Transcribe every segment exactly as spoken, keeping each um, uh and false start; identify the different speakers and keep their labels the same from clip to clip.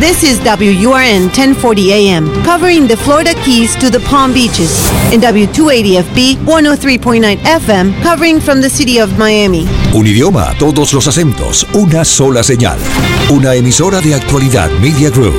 Speaker 1: This is W U R N ten forty A M, covering the Florida Keys to the Palm Beaches, and W two eighty F B one oh three point nine F M, covering from the city of Miami.
Speaker 2: Un idioma, todos los acentos, una sola señal. Una emisora de Actualidad Media Group.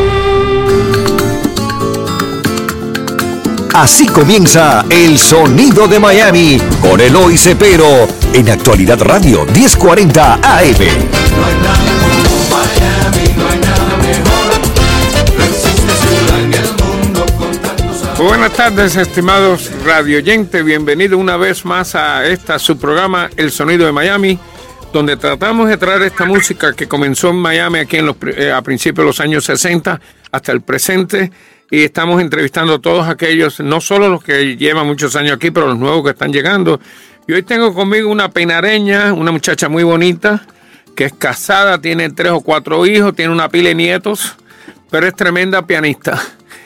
Speaker 2: Así comienza El Sonido de Miami con Eloy Cepero en Actualidad Radio diez cuarenta A M.
Speaker 3: No hay nada como Miami, no hay nada mejor. No existe ciudad en el mundo con tantos sabores.
Speaker 4: Buenas tardes, estimados radioyentes. Bienvenidos una vez más a esta su programa El Sonido de Miami, donde tratamos de traer esta música que comenzó en Miami aquí en los, eh, a principios de los años sesenta hasta el presente. Y estamos entrevistando a todos aquellos, no solo los que llevan muchos años aquí, pero los nuevos que están llegando. Y hoy tengo conmigo una penareña, una muchacha muy bonita, que es casada, tiene tres o cuatro hijos, tiene una pila de nietos, pero es tremenda pianista.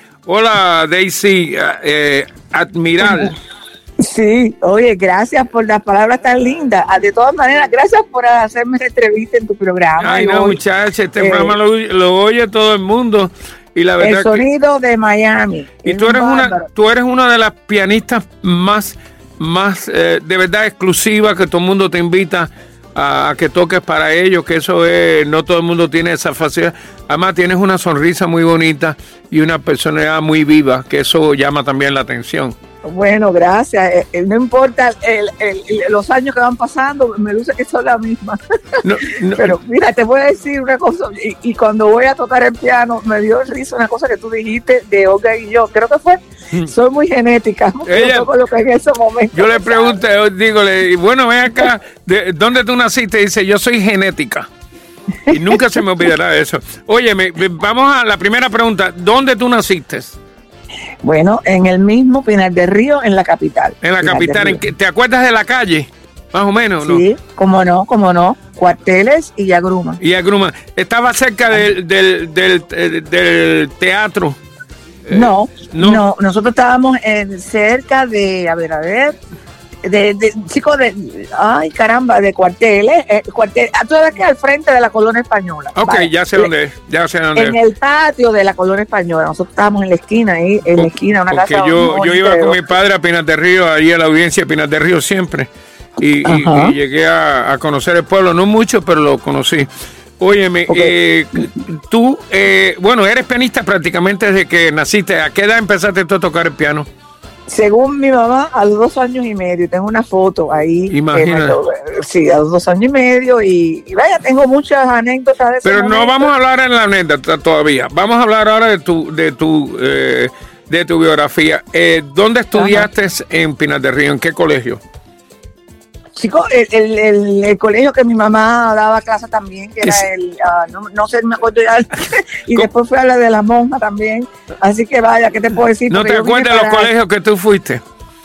Speaker 4: Hola, Daisy eh, Admiral.
Speaker 5: Sí, oye, gracias por las palabras tan lindas. De todas maneras, gracias por hacerme esta entrevista en tu programa.
Speaker 4: Ay, no, muchacha, este eh, programa lo, lo oye todo el mundo. Y la verdad
Speaker 5: el sonido que, de Miami.
Speaker 4: Y tú eres una, tú eres una de las pianistas más, más eh, de verdad exclusivas, que todo el mundo te invita a, a que toques para ellos, que eso es, no todo el mundo tiene esa facilidad. Además tienes una sonrisa muy bonita y una personalidad muy viva, que eso llama también la atención.
Speaker 5: Bueno, gracias. Eh, eh, no importa el, el, el, los años que van pasando, me luce que son la misma. No, no. Pero mira, te voy a decir una cosa, y, y cuando voy a tocar el piano, me dio risa una cosa que tú dijiste de Olga y yo, creo que fue, mm. soy muy genética.
Speaker 4: Ella,
Speaker 5: yo toco lo que en ese momento.
Speaker 4: Yo le pregunté, digo, bueno, ven acá, ¿de dónde tú naciste? Dice, yo soy genética. Y nunca se me olvidará eso. Oye, me, vamos a la primera pregunta, ¿dónde tú naciste?
Speaker 5: Bueno, en el mismo Pinar del Río, en la capital.
Speaker 4: En la
Speaker 5: Pinar
Speaker 4: capital, ¿en qué, ¿te acuerdas de la calle? Más o menos, ¿no?
Speaker 5: Sí, cómo no, cómo no. Cuarteles y Agruma.
Speaker 4: Y Agruma. ¿Estaba cerca del, del, del, del, del teatro?
Speaker 5: No, eh, no, no, nosotros estábamos en, cerca de, a ver, a ver, de, de chicos de, ay caramba, de Cuarteles, eh, cuartel, tú sabes que al frente de la Colonia Española.
Speaker 4: Ok, vale. ya sé dónde es, ya sé dónde
Speaker 5: En es. el patio de la Colonia Española, nosotros estábamos en la esquina ahí, en la esquina, una
Speaker 4: Porque
Speaker 5: casa.
Speaker 4: yo, yo iba con mi padre a Pinar del Río, ahí a la audiencia de Pinar del Río siempre, y, y, y llegué a, a conocer el pueblo, no mucho, pero lo conocí. Óyeme, okay. eh, tú, eh, bueno, eres pianista prácticamente desde que naciste. ¿A qué edad empezaste tú a tocar el piano?
Speaker 5: Según mi mamá, a los dos años y medio. Tengo una foto ahí.
Speaker 4: Imagínate.
Speaker 5: Eh, sí, a los dos años y medio. Y, y vaya, tengo muchas anécdotas de ese
Speaker 4: Pero
Speaker 5: momento.
Speaker 4: no vamos a hablar en la anécdota todavía. Vamos a hablar ahora de tu, de tu, eh, de tu biografía. Eh, ¿Dónde estudiaste Ajá. en Pinar del Río? ¿En qué colegio?
Speaker 5: Chicos, el, el, el, el colegio que mi mamá daba clase también, que era el, uh, no, no sé, me acuerdo ya, y ¿Cómo? Después fui a la de la monja también, así que vaya, ¿qué te puedo decir?
Speaker 4: ¿No te acuerdas de los colegios que tú fuiste?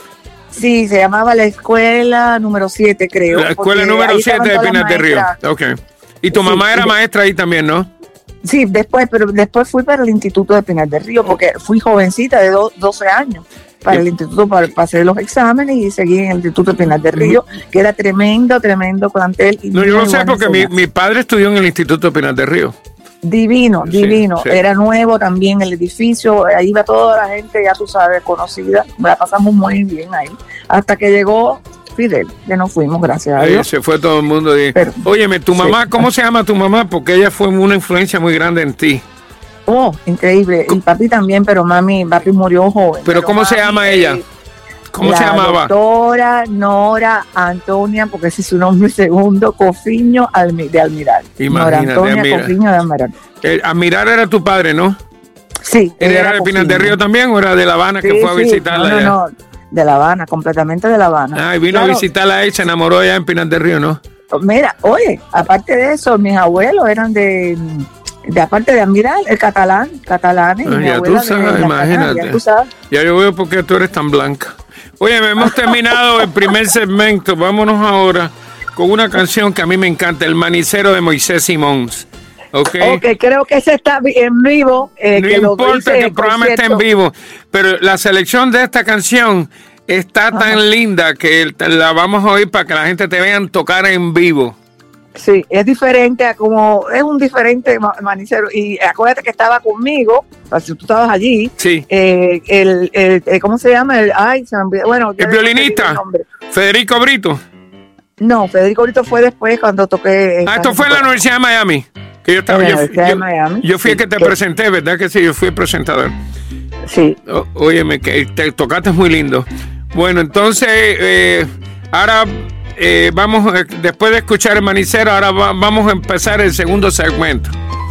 Speaker 5: Sí, se llamaba la escuela número siete, creo.
Speaker 4: La escuela número siete de Pinar del Río, ok. Y tu sí, mamá era maestra ahí también, ¿no?
Speaker 5: Sí, después, pero después fui para el Instituto de Pinar del Río, porque fui jovencita de do, doce años. Para el instituto, para, para hacer los exámenes y seguir en el Instituto de Pinar del Río, que era tremendo, tremendo plantel. Y
Speaker 4: no, yo no sé, porque mi, mi padre estudió en el Instituto de Pinar del Río.
Speaker 5: Divino, sí, divino. Sí. Era nuevo también el edificio, ahí iba toda la gente, ya tú sabes, conocida. La pasamos muy bien ahí. Hasta que llegó Fidel, que nos fuimos, gracias a Dios.
Speaker 4: Se fue todo el mundo. Pero, óyeme, tu mamá, sí. ¿cómo se llama tu mamá? Porque ella fue una influencia muy grande en ti.
Speaker 5: Oh, increíble. Y papi también, pero mami, papi murió joven.
Speaker 4: ¿Pero, pero cómo mami, se llama ella? ¿Cómo
Speaker 5: la
Speaker 4: se llamaba?
Speaker 5: Doctora Nora Antonia, porque ese es su nombre segundo, Cofiño Almi, de Almiral.
Speaker 4: Imagínate,
Speaker 5: Nora Antonia
Speaker 4: Almiral.
Speaker 5: Cofiño de Almiral.
Speaker 4: El Almiral era tu padre, ¿no?
Speaker 5: Sí.
Speaker 4: ¿Él era, era de Pinar del Río también o era de La Habana sí, que fue a
Speaker 5: sí.
Speaker 4: visitarla?
Speaker 5: No, no, no, de La Habana, completamente de La Habana.
Speaker 4: Ah, y vino claro. a visitarla a ella, se enamoró allá en Pinar del Río, ¿no?
Speaker 5: Mira, oye, aparte de eso, mis abuelos eran de... de aparte de Admiral, el catalán, catalanes.
Speaker 4: Ah, ya tú sabes, imagínate. Ya, tú sabes. Ya yo veo por qué tú eres tan blanca. Oye, hemos terminado el primer segmento. Vámonos ahora con una canción que a mí me encanta, El Manicero de Moisés Simons. Okay.
Speaker 5: ok, creo que ese está en vivo. Eh,
Speaker 4: no
Speaker 5: que
Speaker 4: importa
Speaker 5: lo dice,
Speaker 4: que el programa esté en vivo, pero la selección de esta canción está Ajá. tan linda que la vamos a oír para que la gente te vean tocar en vivo.
Speaker 5: Sí, es diferente a como, es un diferente manicero. Y acuérdate que estaba conmigo, si tú estabas allí,
Speaker 4: sí.
Speaker 5: eh, el, el, el, ¿cómo se llama? El, ay, se me olvidó, bueno,
Speaker 4: el violinista, el Federico Brito.
Speaker 5: No, Federico Brito fue después cuando toqué.
Speaker 4: Ah, esto fue en la Universidad de Miami. Que yo estaba,
Speaker 5: en la
Speaker 4: yo,
Speaker 5: Universidad
Speaker 4: yo,
Speaker 5: de Miami.
Speaker 4: Yo fui el que te
Speaker 5: ¿Qué?
Speaker 4: presenté, ¿verdad que sí? Yo fui el presentador.
Speaker 5: Sí.
Speaker 4: O, óyeme, que te tocaste muy lindo. Bueno, entonces, eh, ahora eh, vamos, eh, después de escuchar el manicero, ahora va, vamos a empezar el segundo segmento.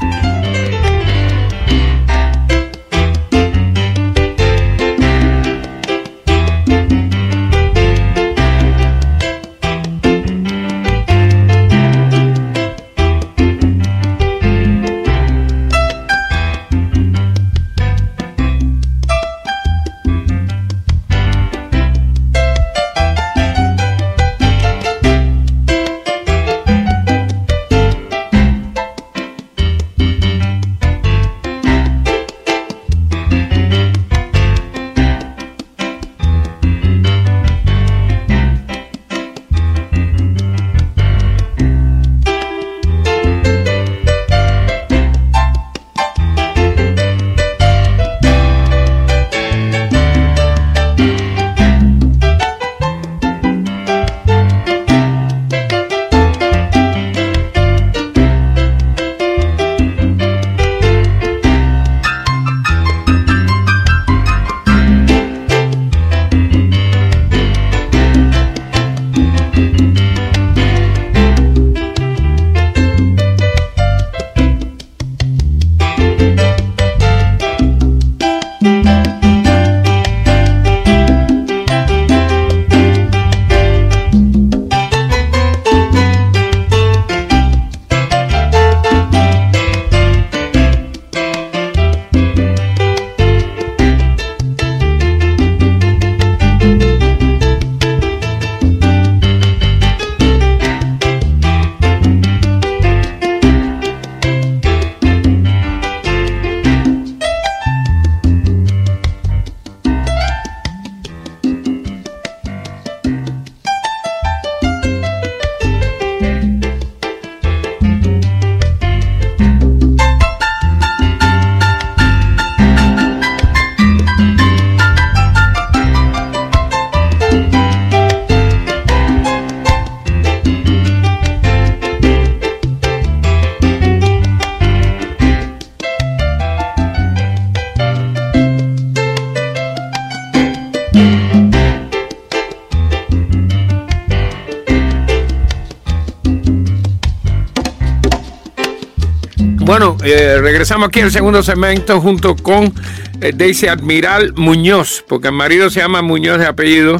Speaker 4: Bueno, eh, regresamos aquí al segundo segmento junto con eh, Daisy Admiral Muñoz, porque el marido se llama Muñoz de apellido,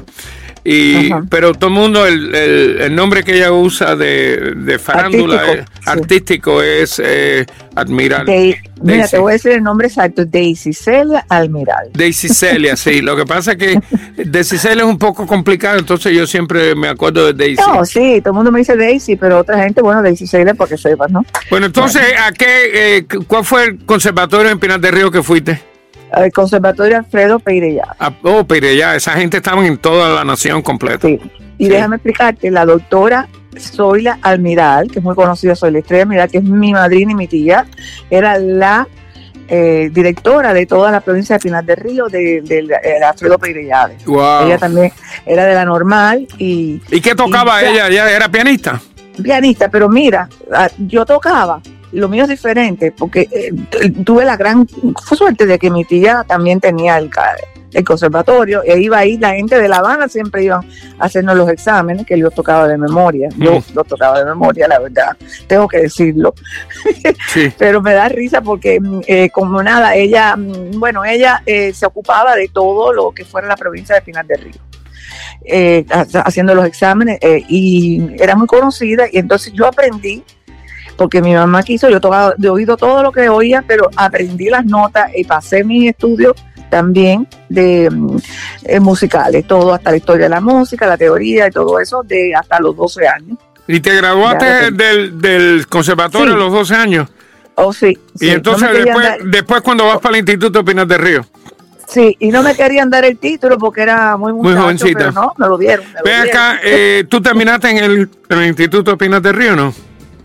Speaker 4: y pero todo el mundo, el, el, el nombre que ella usa de, de farándula artístico, es, sí. artístico es eh, Admiral.
Speaker 5: De, mira, Daisy. Te voy a decir el nombre exacto, Daisy Celia Almiral.
Speaker 4: Daisy Celia, sí. Lo que pasa es que Daisy Celia es un poco complicado, entonces yo siempre me acuerdo de Daisy.
Speaker 5: No, sí, todo el mundo me dice Daisy, pero otra gente, bueno, Daisy Celia porque sepas, ¿no?
Speaker 4: Bueno, entonces, bueno. ¿a qué, eh, cuál fue el conservatorio en Pinar del Río que fuiste?
Speaker 5: El Conservatorio Alfredo Peirellá.
Speaker 4: Ah, oh, Peirellá, esa gente estaba en toda la nación completa.
Speaker 5: Sí, y
Speaker 4: sí.
Speaker 5: Déjame explicarte, la doctora Zoila Almiral, que es muy conocida, Zoila Estrella Almiral, que es mi madrina y mi tía, era la eh, directora de toda la provincia de Pinar del Río, de, de, de, de Alfredo Peirellá.
Speaker 4: Wow.
Speaker 5: Ella también era de la normal. ¿Y,
Speaker 4: ¿Y qué tocaba
Speaker 5: y,
Speaker 4: ella? ¿Ella era pianista?
Speaker 5: Pianista, pero mira, yo tocaba. Lo mío es diferente, porque eh, tuve la gran suerte de que mi tía también tenía el, el conservatorio, e iba ahí, la gente de La Habana siempre iban a hacernos los exámenes, que yo tocaba de memoria, yo mm. lo tocaba de memoria, la verdad, tengo que decirlo, sí. Pero me da risa porque eh, como nada, ella, bueno, ella eh, se ocupaba de todo lo que fuera la provincia de Pinar del Río. Eh, haciendo los exámenes eh, y era muy conocida, y entonces yo aprendí, porque mi mamá quiso, yo tocaba, de oído todo lo que oía, pero aprendí las notas y pasé mis estudios también de eh, musicales, todo, hasta la historia de la música, la teoría y todo eso, de hasta los doce años.
Speaker 4: ¿Y te graduaste del, del conservatorio sí. a los doce años?
Speaker 5: Oh, sí.
Speaker 4: Y
Speaker 5: sí.
Speaker 4: entonces
Speaker 5: no
Speaker 4: después,
Speaker 5: dar...
Speaker 4: después cuando vas para el Instituto Pinar del Río.
Speaker 5: Sí, y no me querían dar el título porque era muy muchacho,
Speaker 4: muy jovencita.
Speaker 5: Pero no, me lo dieron. Me
Speaker 4: Ven
Speaker 5: lo
Speaker 4: acá,
Speaker 5: dieron.
Speaker 4: eh, ¿tú terminaste en el, en el Instituto Pinar del Río, no?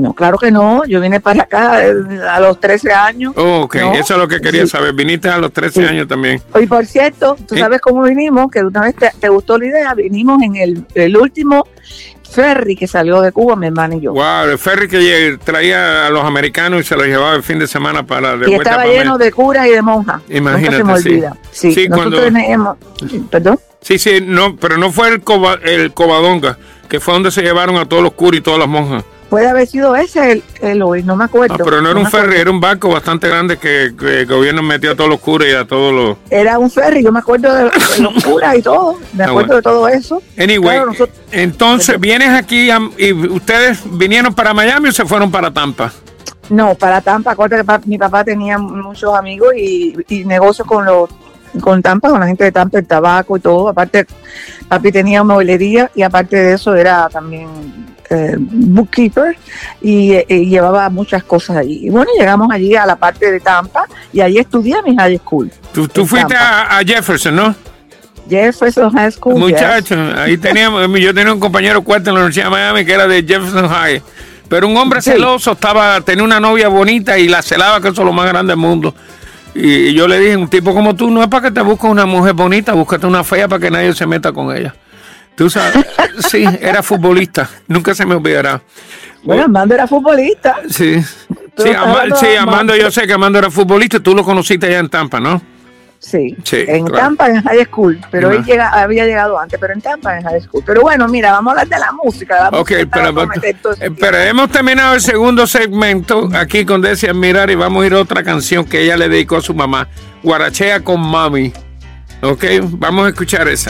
Speaker 5: No, claro que no. Yo vine para acá eh, a los trece años.
Speaker 4: Oh, ok,
Speaker 5: ¿no?
Speaker 4: Eso es lo que quería
Speaker 5: Sí.
Speaker 4: saber. Viniste a los trece
Speaker 5: Sí.
Speaker 4: años también.
Speaker 5: Y por cierto, tú
Speaker 4: ¿Eh?
Speaker 5: sabes cómo vinimos, que una vez te, te gustó la idea, vinimos en el, el último ferry que salió de Cuba, mi hermana y yo.
Speaker 4: Wow, el ferry que traía a los americanos y se los llevaba el fin de semana para de
Speaker 5: Y
Speaker 4: vuelta
Speaker 5: estaba
Speaker 4: para
Speaker 5: lleno
Speaker 4: México.
Speaker 5: de curas y de monjas.
Speaker 4: Imagínate,
Speaker 5: Nunca se me
Speaker 4: sí.
Speaker 5: olvida. Sí,
Speaker 4: Sí,
Speaker 5: nosotros
Speaker 4: cuando-
Speaker 5: teníamos, perdón.
Speaker 4: Sí, sí, no, pero no fue el, Coba- el Covadonga, que fue donde se llevaron a todos los curas y todas las monjas.
Speaker 5: Puede haber sido ese el, el hoy, no me acuerdo.
Speaker 4: Ah, pero no era un
Speaker 5: me
Speaker 4: ferry,
Speaker 5: acuerdo.
Speaker 4: era un barco bastante grande que, que el gobierno metió a todos los curas y a todos los...
Speaker 5: Era un ferry, yo me acuerdo de, de los curas y todo, me
Speaker 4: Ah,
Speaker 5: acuerdo
Speaker 4: bueno.
Speaker 5: de todo eso.
Speaker 4: Anyway,
Speaker 5: Claro, nosotros-
Speaker 4: entonces vienes aquí a- y ustedes vinieron para Miami o se fueron para Tampa.
Speaker 5: No, para Tampa, acuérdate que pa- mi papá tenía muchos amigos y, y negocios con los con Tampa, con la gente de Tampa, el tabaco y todo. Aparte, papi tenía una mueblería y aparte de eso era también eh, bookkeeper y, eh, y llevaba muchas cosas allí. Y bueno, llegamos allí a la parte de Tampa y allí estudié mi high school.
Speaker 4: Tú, tú
Speaker 5: en
Speaker 4: fuiste
Speaker 5: Tampa.
Speaker 4: a, a Jefferson, ¿no?
Speaker 5: Jefferson High School.
Speaker 4: Muchachos, ahí teníamos, yo tenía un compañero cuarto en la Universidad de Miami que era de Jefferson High, pero un hombre
Speaker 5: Sí.
Speaker 4: celoso, estaba tenía una novia bonita y la celaba, que eso es lo más grande del mundo. Y, y yo le dije, un tipo como tú, no es para que te busques una mujer bonita, búscate una fea para que nadie se meta con ella. Tú sabes, sí, era futbolista, nunca se me olvidará.
Speaker 5: Bueno, Armando era futbolista.
Speaker 4: Sí,
Speaker 5: Tú
Speaker 4: sí,
Speaker 5: estás
Speaker 4: Ama-
Speaker 5: hablando
Speaker 4: sí,
Speaker 5: de
Speaker 4: Armando,
Speaker 5: Armando.
Speaker 4: yo sé que Armando era futbolista, tú lo conociste allá en Tampa, ¿no?
Speaker 5: Sí,
Speaker 4: Sí,
Speaker 5: en
Speaker 4: claro.
Speaker 5: Tampa, en High School, pero
Speaker 4: Ajá.
Speaker 5: él llega, había llegado antes, pero en Tampa, en High School. Pero bueno, mira, vamos a hablar de la música. La
Speaker 4: Ok,
Speaker 5: música
Speaker 4: pero,
Speaker 5: para meter todo ese
Speaker 4: eh, pero hemos terminado el segundo segmento aquí con Desi Admirar y vamos a ir a otra canción que ella le dedicó a su mamá, Guarachea con Mami. Ok, vamos a escuchar esa.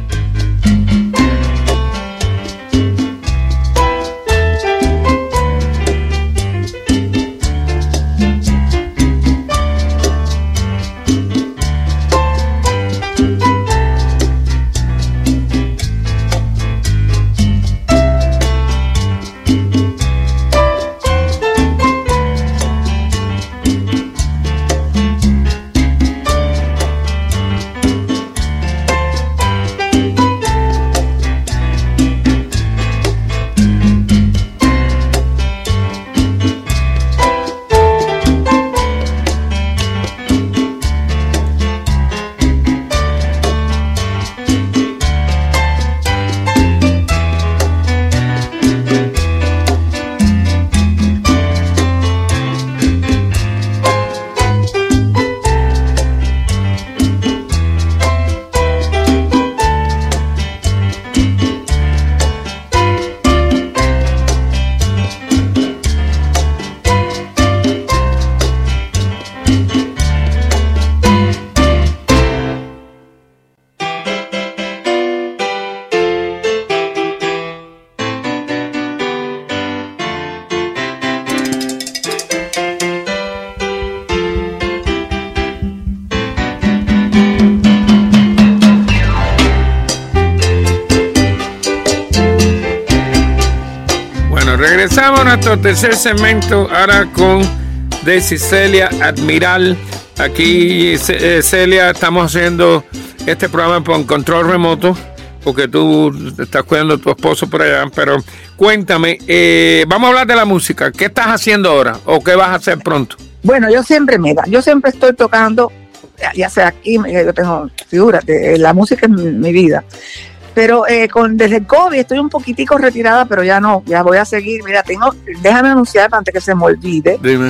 Speaker 4: Bueno, regresamos a nuestro tercer segmento ahora con Desi Celia Admiral. Aquí, Ce- eh, Celia, estamos haciendo este programa por control remoto porque tú estás cuidando a tu esposo por allá, pero cuéntame, eh, vamos a hablar de la música. ¿Qué estás haciendo ahora o qué vas a hacer pronto?
Speaker 5: Bueno, yo siempre, mira, yo siempre estoy tocando, ya, ya sea aquí, yo tengo, figúrate, la música es mi, mi vida. Pero eh, con desde el COVID estoy un poquitico retirada, pero ya no, ya voy a seguir. Mira, tengo, déjame anunciar antes que se me olvide,
Speaker 4: Dime.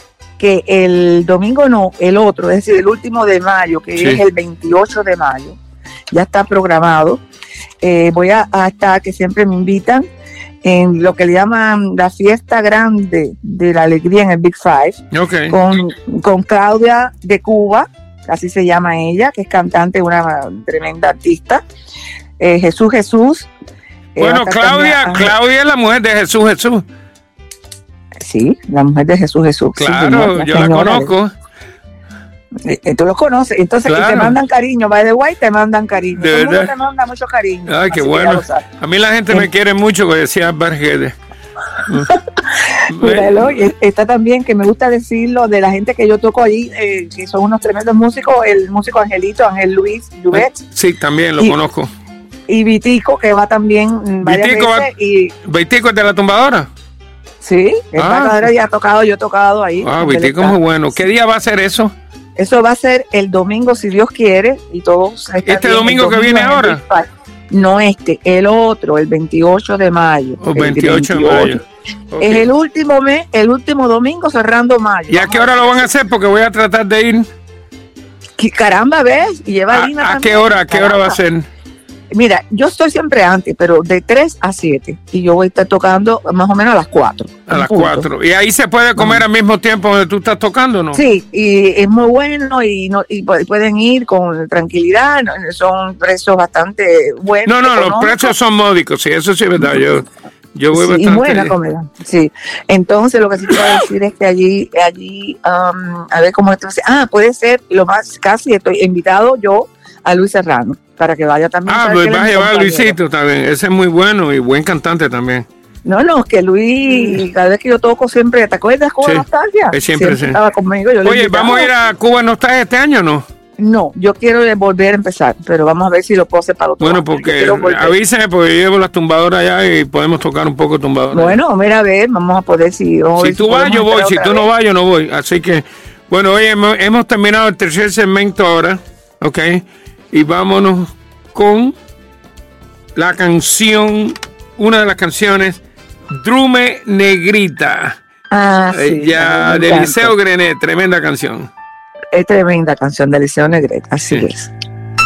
Speaker 5: que el domingo no, el otro, es decir, el último de mayo, que
Speaker 4: Sí.
Speaker 5: es el veintiocho de mayo, ya está programado. Eh, voy a, a estar, que siempre me invitan, en lo que le llaman la fiesta grande de la alegría en el Big Five,
Speaker 4: Ok.
Speaker 5: con, con Claudia de Cuba, así se llama ella, que es cantante, una tremenda artista. Eh, Jesús Jesús. eh, va a
Speaker 4: Bueno,
Speaker 5: estar
Speaker 4: Claudia,
Speaker 5: también-
Speaker 4: Claudia es la mujer de Jesús Jesús.
Speaker 5: Sí, la mujer de Jesús Jesús. sí,
Speaker 4: Claro,
Speaker 5: señor,
Speaker 4: yo la
Speaker 5: señora.
Speaker 4: conozco.
Speaker 5: Eh, eh, tú los conoces, entonces y
Speaker 4: Claro.
Speaker 5: te mandan cariño, by the way, te mandan cariño.
Speaker 4: De
Speaker 5: Todo el mundo
Speaker 4: verdad.
Speaker 5: te manda mucho cariño.
Speaker 4: Ay, qué
Speaker 5: así que ya
Speaker 4: bueno.
Speaker 5: lo sabes.
Speaker 4: A mí la gente
Speaker 5: Eh.
Speaker 4: me quiere mucho, como decía Barguedes.
Speaker 5: Míralo, y está también, que me gusta decirlo, de la gente que yo toco allí, eh, que son unos tremendos músicos, el músico Angelito, Ángel Luis Lluvet,
Speaker 4: Sí, también lo
Speaker 5: Y-
Speaker 4: conozco.
Speaker 5: y Vitico, que va también mm, varias
Speaker 4: Vitico va-
Speaker 5: veces, y
Speaker 4: ¿Vitico es de la tumbadora?
Speaker 5: Sí, el
Speaker 4: Ah.
Speaker 5: Matadero ya ha tocado, yo he tocado ahí.
Speaker 4: Ah,
Speaker 5: en
Speaker 4: Vitico
Speaker 5: Belestán.
Speaker 4: muy bueno. ¿Qué día va a ser eso?
Speaker 5: Eso va a ser el domingo, si Dios quiere, y todos están
Speaker 4: ¿Este
Speaker 5: bien.
Speaker 4: domingo
Speaker 5: El
Speaker 4: que viene
Speaker 5: en el
Speaker 4: ahora?
Speaker 5: Big Five. No este, el otro, el veintiocho de mayo.
Speaker 4: O
Speaker 5: El
Speaker 4: veintiocho de mayo. Ok.
Speaker 5: Es el último mes, el último domingo cerrando mayo.
Speaker 4: ¿Y a qué hora lo van a hacer? Porque voy a tratar de ir.
Speaker 5: ¿Qué caramba, ves? Y lleva
Speaker 4: ¿A,
Speaker 5: Lina
Speaker 4: a
Speaker 5: también.
Speaker 4: qué hora? ¿A qué hora va a
Speaker 5: Caramba.
Speaker 4: ser?
Speaker 5: Mira, yo estoy siempre antes, pero de tres a siete. Y yo voy a estar tocando más o menos a las cuatro.
Speaker 4: A las cuatro. ¿Y ahí se puede comer al mismo tiempo donde tú estás tocando, no?
Speaker 5: Sí, y es muy bueno y, no, y pu- pueden ir con tranquilidad. no- Son precios bastante buenos.
Speaker 4: No, no, los
Speaker 5: económicos.
Speaker 4: precios son módicos, sí, eso sí es verdad. Yo, yo voy
Speaker 5: Sí, y
Speaker 4: bastante.
Speaker 5: buena comida. Sí. Entonces, lo que sí te voy a decir es que allí, allí, um, a ver cómo esto se- Ah, puede ser, lo más casi estoy invitado yo a Luis Serrano para que vaya también.
Speaker 4: Ah,
Speaker 5: ¿sabes
Speaker 4: pues
Speaker 5: que él
Speaker 4: vas
Speaker 5: es
Speaker 4: a
Speaker 5: mi
Speaker 4: llevar a
Speaker 5: compañero?
Speaker 4: Luisito también. Ese es muy bueno y buen cantante también.
Speaker 5: No, no, que Luis, cada vez que yo toco siempre, ¿te acuerdas Cuba
Speaker 4: Sí,
Speaker 5: Nostalgia?
Speaker 4: eh, siempre, sí.
Speaker 5: estaba conmigo. Yo le
Speaker 4: Oye,
Speaker 5: invitaba.
Speaker 4: ¿vamos a ir a Cuba Nostalgia este año o no?
Speaker 5: No, yo quiero volver a empezar, pero vamos a ver si lo puedo hacer para otro
Speaker 4: Bueno,
Speaker 5: año. Yo
Speaker 4: porque
Speaker 5: quiero volver.
Speaker 4: avíseme porque yo llevo las tumbadoras allá y podemos tocar un poco tumbadoras.
Speaker 5: Bueno, mira, a ver, vamos a poder si... vamos a
Speaker 4: Si
Speaker 5: ver
Speaker 4: tú vas,
Speaker 5: podemos
Speaker 4: yo voy.
Speaker 5: entrar
Speaker 4: Si
Speaker 5: otra
Speaker 4: tú no
Speaker 5: vez.
Speaker 4: vas, yo no voy. Así que, bueno, oye, hemos, hemos terminado el tercer segmento ahora, ¿ok? Y vámonos con la canción, una de las canciones, Drume Negrita.
Speaker 5: Ah,
Speaker 4: Eh,
Speaker 5: sí.
Speaker 4: ya,
Speaker 5: me
Speaker 4: de
Speaker 5: encanta.
Speaker 4: Liceo Grenet, tremenda canción.
Speaker 5: Es tremenda canción de Liceo Negrete, así
Speaker 4: Sí.
Speaker 5: es.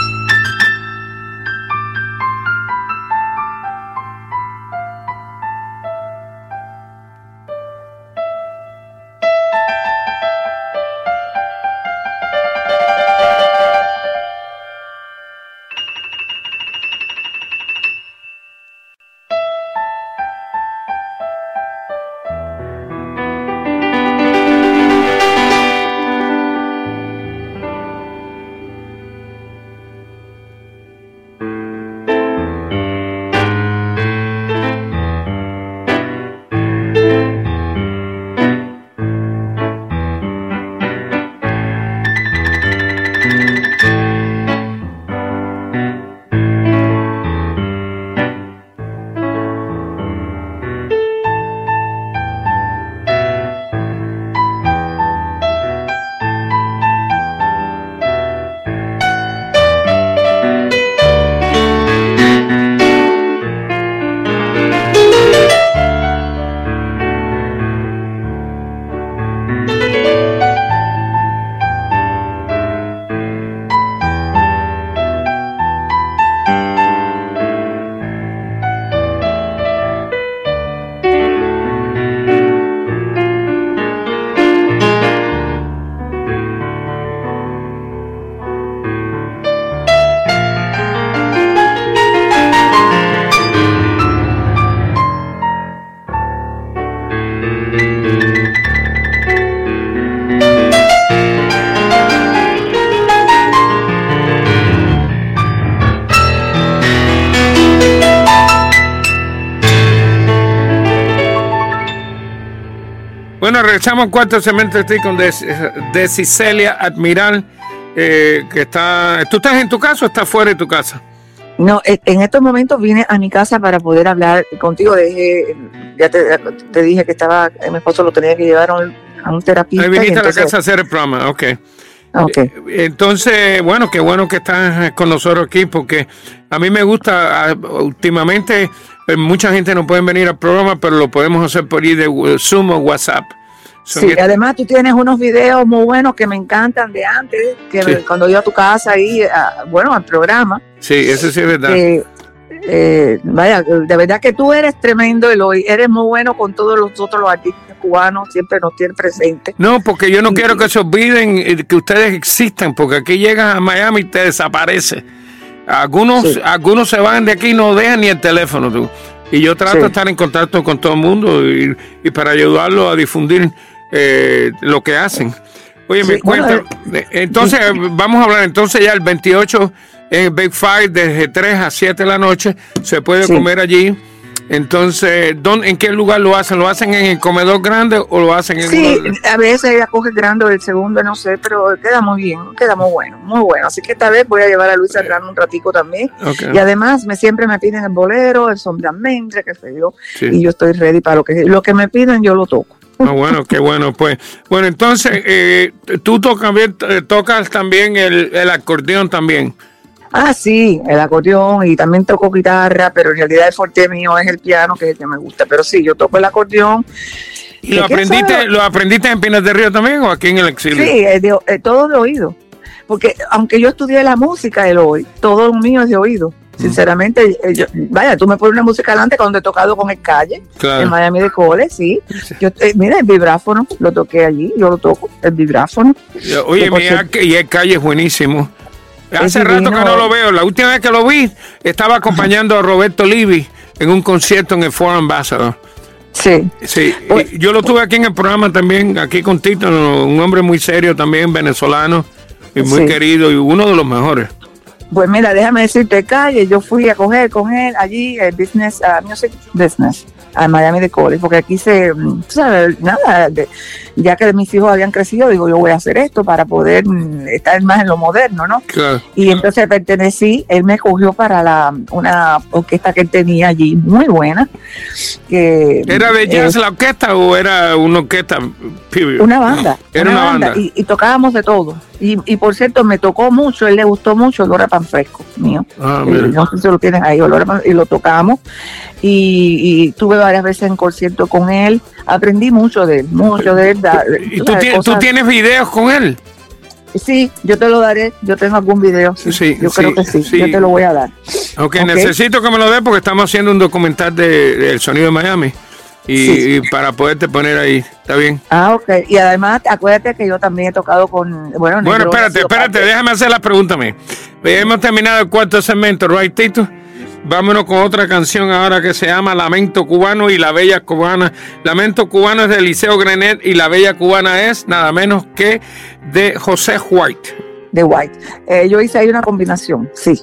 Speaker 4: Bueno, regresamos al cuarto segmento. Estoy con Des- de Cicelia Admiral, eh, que está... ¿Tú estás en tu casa o estás fuera de tu casa?
Speaker 5: No, e- en estos momentos vine a mi casa para poder hablar contigo. Dejé, ya te, te dije que estaba, mi esposo lo tenía que llevar a un, a un terapista.
Speaker 4: Ahí viniste
Speaker 5: y
Speaker 4: a la
Speaker 5: entonces-
Speaker 4: casa a hacer el programa, ok.
Speaker 5: Ok.
Speaker 4: Entonces, bueno, qué bueno que estás con nosotros aquí, porque a mí me gusta, ah, últimamente eh, mucha gente no puede venir al programa, pero lo podemos hacer por ahí de eh, Zoom o WhatsApp. Son
Speaker 5: Sí,
Speaker 4: est-
Speaker 5: además tú tienes unos videos muy buenos que me encantan de antes, que
Speaker 4: Sí.
Speaker 5: cuando iba a tu casa ahí, a- bueno, al programa,
Speaker 4: sí, eso sí es verdad.
Speaker 5: que, eh, vaya, de verdad que tú eres tremendo y lo, eres muy bueno con todos los otros los artistas cubanos, siempre nos tienes presente.
Speaker 4: No, porque yo no quiero que se olviden eh, que ustedes existan, porque aquí llegas a Miami y te desaparece. Algunos,
Speaker 5: Sí.
Speaker 4: algunos se van de aquí y no dejan ni el teléfono, tú. Y yo trato
Speaker 5: Sí.
Speaker 4: de estar en contacto con todo el mundo y, y para ayudarlos a difundir eh, lo que hacen. Oye,
Speaker 5: Sí,
Speaker 4: me
Speaker 5: bueno,
Speaker 4: cuenta. eh, entonces, vamos a hablar. Entonces, ya el veintiocho en Big Five, desde tres a siete de la noche, se puede
Speaker 5: Sí.
Speaker 4: comer allí. Entonces, ¿dónde, ¿en qué lugar lo hacen? ¿Lo hacen en el comedor grande o lo hacen en
Speaker 5: Sí,
Speaker 4: uno de...
Speaker 5: a veces ella coge el grande o el segundo, no sé, pero queda muy bien, queda muy bueno, muy bueno. Así que esta vez voy a llevar a Luisa Grande un ratico también.
Speaker 4: Okay.
Speaker 5: Y además me siempre me piden el bolero, el son de almendra, qué sé yo,
Speaker 4: Sí.
Speaker 5: y yo estoy ready para lo que lo que me piden, yo lo toco.
Speaker 4: Ah, bueno, qué bueno, pues. Bueno, entonces, eh, tú tocas, eh, tocas también el, el acordeón también.
Speaker 5: Ah, sí, el acordeón y también toco guitarra, pero en realidad el fuerte mío es el piano, que es el que me gusta. Pero sí, yo toco el acordeón.
Speaker 4: ¿Y lo aprendiste, lo aprendiste en Pinas del Río también o aquí en el exilio?
Speaker 5: Sí, es de, es todo de oído. Porque aunque yo estudié la música del hoy, todo lo mío es de oído. Sinceramente, yo, vaya, tú me pones una música adelante cuando he tocado con el Calle,
Speaker 4: Claro.
Speaker 5: en Miami de Cole, sí. Yo, eh, mira, el vibráfono, lo toqué allí, yo lo toco, el vibráfono.
Speaker 4: Oye,
Speaker 5: Que por
Speaker 4: mira,
Speaker 5: cierto-
Speaker 4: que- y el Calle es buenísimo. Hace
Speaker 5: Es
Speaker 4: rato
Speaker 5: divino.
Speaker 4: que no lo veo. La última vez que lo vi, estaba acompañando a Roberto Livi en un concierto en el Foro Ambassador.
Speaker 5: Sí.
Speaker 4: Sí,
Speaker 5: Pues-
Speaker 4: y yo lo tuve aquí en el programa también, aquí con Tito, un hombre muy serio también, venezolano, y muy
Speaker 5: Sí.
Speaker 4: querido, y uno de los mejores.
Speaker 5: Pues mira, déjame decirte, Calle, yo fui a coger con él allí el business, uh, music business, a Miami de College, porque aquí se, tú sabes, nada, de- ya que mis hijos habían crecido, digo, yo voy a hacer esto para poder mm, estar más en lo moderno, ¿no?
Speaker 4: Claro.
Speaker 5: Y entonces pertenecí, él me cogió para la una orquesta que él tenía allí, muy buena. Que,
Speaker 4: ¿Era de jazz
Speaker 5: eh,
Speaker 4: la orquesta o era una orquesta? Period?
Speaker 5: una banda.
Speaker 4: Era una banda.
Speaker 5: Y, y tocábamos de todo. Y, y por cierto, me tocó mucho, él le gustó mucho el olor a pan fresco mío.
Speaker 4: Ah,
Speaker 5: Eh,
Speaker 4: mira.
Speaker 5: no sé si lo tienes ahí, olor a pan- y lo tocamos. Y, y tuve varias veces en concierto con él. Aprendí mucho de él, mucho de él. da-
Speaker 4: ¿Y tú,
Speaker 5: sabes,
Speaker 4: ti- tú
Speaker 5: cosas-
Speaker 4: tienes videos con él?
Speaker 5: Sí, yo te lo daré. Yo tengo algún video. Sí,
Speaker 4: Sí,
Speaker 5: yo
Speaker 4: sí,
Speaker 5: creo que sí,
Speaker 4: sí.
Speaker 5: Yo te lo voy a dar.
Speaker 4: Ok,
Speaker 5: Ok.
Speaker 4: necesito que me lo dé porque estamos haciendo un documental de, de El Sonido de Miami. Y,
Speaker 5: Sí.
Speaker 4: y para poderte poner ahí, ¿está bien?
Speaker 5: Ah, ok. Y además, acuérdate que yo también he tocado con. Bueno,
Speaker 4: Bueno,
Speaker 5: Negroni ha
Speaker 4: espérate,
Speaker 5: sido
Speaker 4: espérate,
Speaker 5: parte-
Speaker 4: déjame hacer la pregunta a mí. Hemos terminado el cuarto segmento, ¿right, Tito? Vámonos con otra canción ahora que se llama Lamento Cubano y La Bella Cubana. Lamento Cubano es de Eliseo Grenet y La Bella Cubana es nada menos que de José White.
Speaker 5: De White. Eh, yo hice ahí una combinación, sí.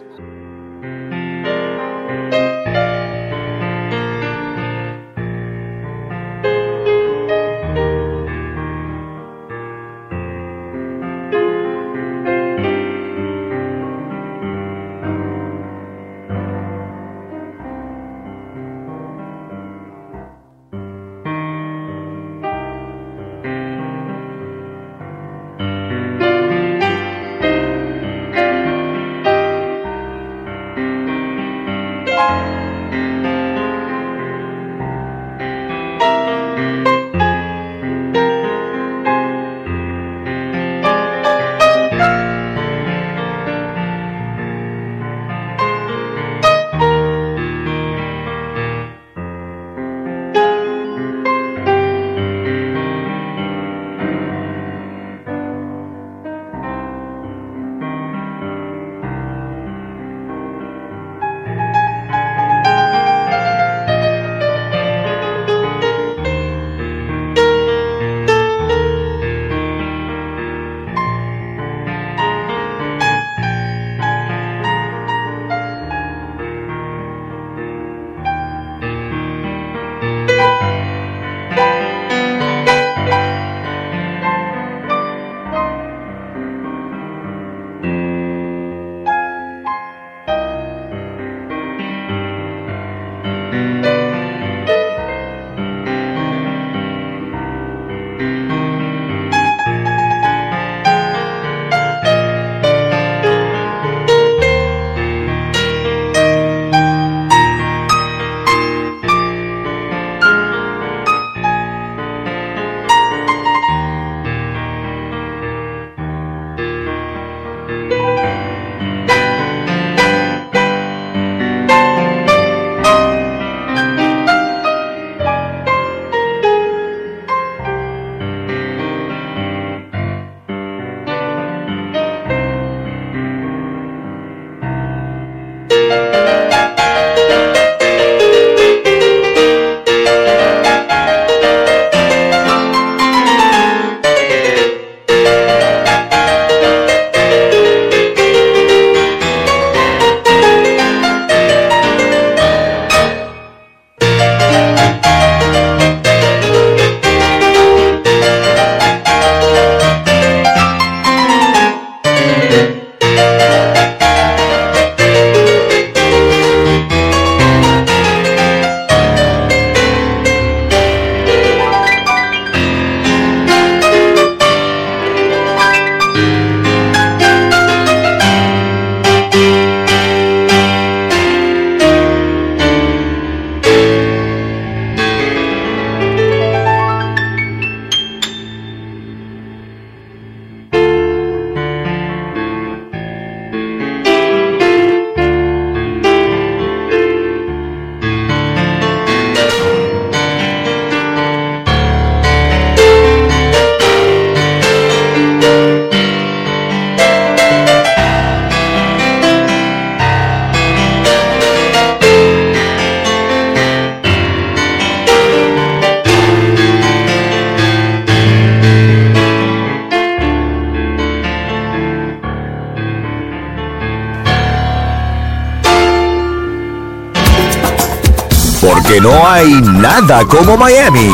Speaker 2: no hay nada como Miami.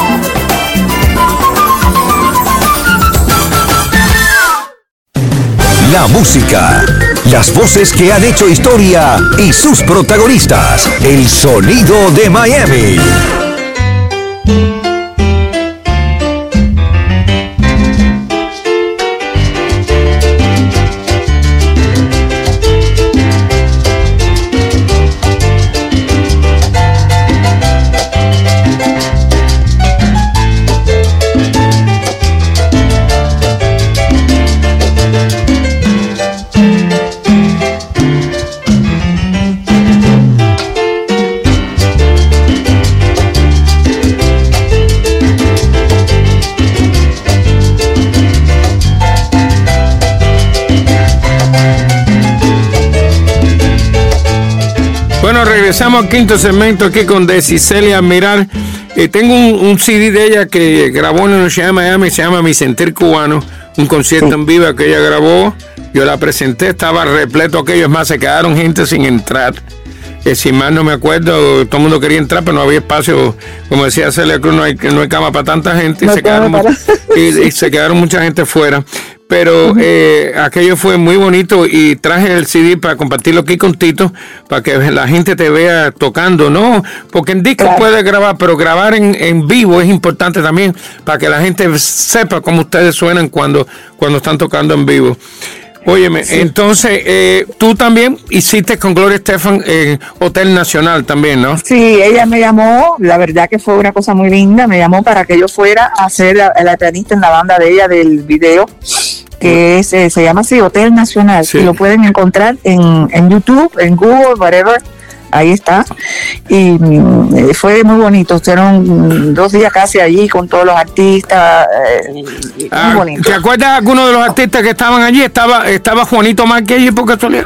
Speaker 2: La música, las voces que han hecho historia y sus protagonistas. El sonido de Miami.
Speaker 4: Bueno, regresamos al quinto segmento aquí con Decicelia Miral. Eh, tengo un, un C D de ella que grabó en la Universidad de Miami, se llama Mi Sentir Cubano, un concierto sí. en vivo que ella grabó. Yo la presenté, estaba repleto aquello, es más, se quedaron gente sin entrar. Eh, si más no me acuerdo, todo el mundo quería entrar, pero no había espacio. Como decía Celia Cruz, no hay, no hay cama para tanta gente y, no se, quedaron, y, y se quedaron mucha gente fuera. Pero uh-huh. eh, aquello fue muy bonito y traje el C D para compartirlo aquí con Tito, para que la gente te vea tocando, ¿no? Porque en disco claro. puedes grabar, pero grabar en, en vivo es importante también, para que la gente sepa cómo ustedes suenan cuando, cuando están tocando en vivo. Óyeme, sí. entonces, eh, tú también hiciste con Gloria Estefan eh, Hotel Nacional también, ¿no?
Speaker 5: Sí, ella me llamó, la verdad que fue una cosa muy linda, me llamó para que yo fuera a ser la, la pianista en la banda de ella del video, que es, eh, se llama así, Hotel Nacional, sí. y lo pueden encontrar en, en YouTube, en Google, whatever. Ahí está, y mm, fue muy bonito, fueron dos días casi allí con todos los artistas, eh,
Speaker 4: ah,
Speaker 5: muy bonito.
Speaker 4: ¿Te acuerdas de alguno de los artistas que estaban allí? ¿Estaba estaba Juanito Márquez allí por casualidad?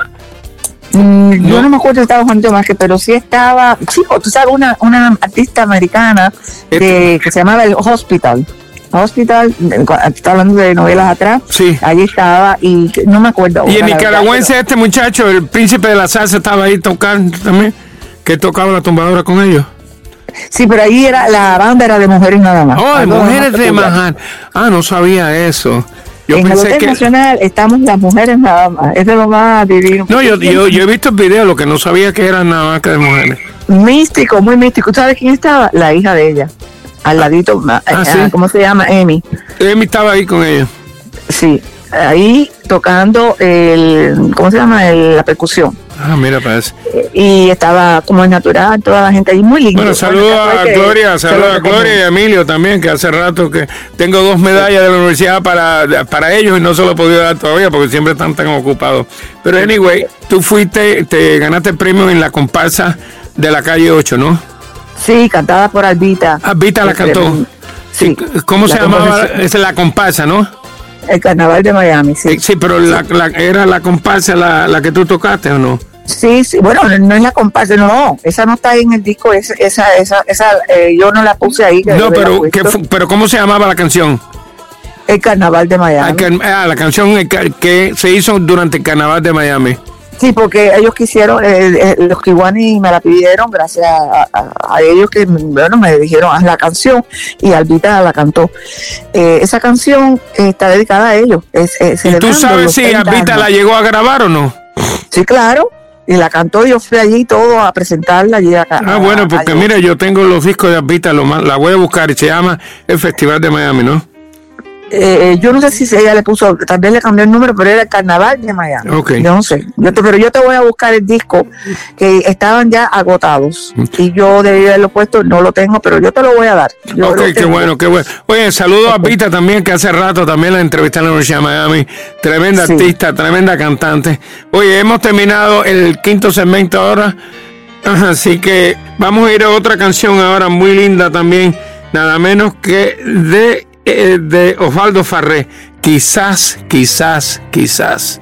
Speaker 5: Mm, no. Yo no me acuerdo si estaba Juanito Márquez, pero sí estaba, chico, tú sabes, una, una artista americana de, que se llamaba el Hospital. Hospital, está hablando de novelas atrás,
Speaker 4: sí.
Speaker 5: allí estaba y no me acuerdo.
Speaker 4: Y el nicaragüense pero... este muchacho, el príncipe de la salsa, estaba ahí tocando también, que tocaba la tumbadora con ellos.
Speaker 5: Sí, pero ahí era la banda era de mujeres nada más.
Speaker 4: Oh, de mujeres de Manhattan. Ah, no sabía eso. Yo
Speaker 5: en el Hotel
Speaker 4: que...
Speaker 5: Nacional estamos las mujeres nada más. Es de lo más divino.
Speaker 4: No, yo, yo, yo he visto el video, lo que no sabía que eran nada más que de mujeres.
Speaker 5: Místico, muy místico. ¿Sabes quién estaba? La hija de ella. Al ladito,
Speaker 4: ah, ¿sí?
Speaker 5: ¿Cómo se llama? Emi.
Speaker 4: Emi estaba ahí con ella.
Speaker 5: Sí, ahí tocando el, ¿cómo se llama? El, la percusión.
Speaker 4: Ah, mira, parece.
Speaker 5: Y estaba como es natural, toda la gente ahí muy linda.
Speaker 4: Bueno, saludos a Gloria, saludos a Gloria y a Emilio también, que hace rato que tengo dos medallas de la universidad para, para ellos y no se lo he podido dar todavía porque siempre están tan ocupados. Pero anyway, tú fuiste, te ganaste el premio en la comparsa de la calle ocho, ¿no?
Speaker 5: Sí, cantada por Albita.
Speaker 4: Albita la cantó.
Speaker 5: Sí.
Speaker 4: ¿Cómo se llamaba? Es la comparsa, ¿no?
Speaker 5: El Carnaval de Miami, sí.
Speaker 4: Sí, pero la, la, ¿era la comparsa la, la que tú tocaste o no?
Speaker 5: Sí, sí, bueno, no es la comparsa, no, esa no está ahí en el disco, esa, esa, esa, esa eh, yo no la puse ahí.
Speaker 4: No, pero, ¿qué, pero ¿cómo se llamaba la canción?
Speaker 5: El Carnaval de Miami.
Speaker 4: Ah, la canción que se hizo durante el Carnaval de Miami.
Speaker 5: Sí, porque ellos quisieron, eh, eh, los kiwanis me la pidieron gracias a, a, a ellos que, bueno, me dijeron, haz la canción, y Albita la cantó. Eh, esa canción eh, está dedicada a ellos. Es, es,
Speaker 4: ¿Y tú sabes si Albita años. la llegó a grabar o no?
Speaker 5: Sí, claro, y la cantó, yo fui allí todo a presentarla allí acá.
Speaker 4: Ah, bueno, porque allí. Mira, yo tengo los discos de Albita, lo más, la voy a buscar, y se llama el Festival de Miami, ¿no?
Speaker 5: Eh, yo no sé si ella le puso, también le cambió el número, pero era el Carnaval de Miami.
Speaker 4: Okay.
Speaker 5: Yo no sé, yo te, pero yo te voy a buscar el disco que estaban ya agotados y yo debí haberlo puesto, no lo tengo, pero yo te lo voy a dar. Yo
Speaker 4: ok, qué bueno, qué bueno. Oye, saludo okay. a Vita también, que hace rato también la entrevisté en la Universidad de Miami. Tremenda sí. artista, tremenda cantante. Oye, hemos terminado el quinto segmento ahora, así que vamos a ir a otra canción ahora muy linda también, nada menos que de de Osvaldo Farré, quizás, quizás, quizás.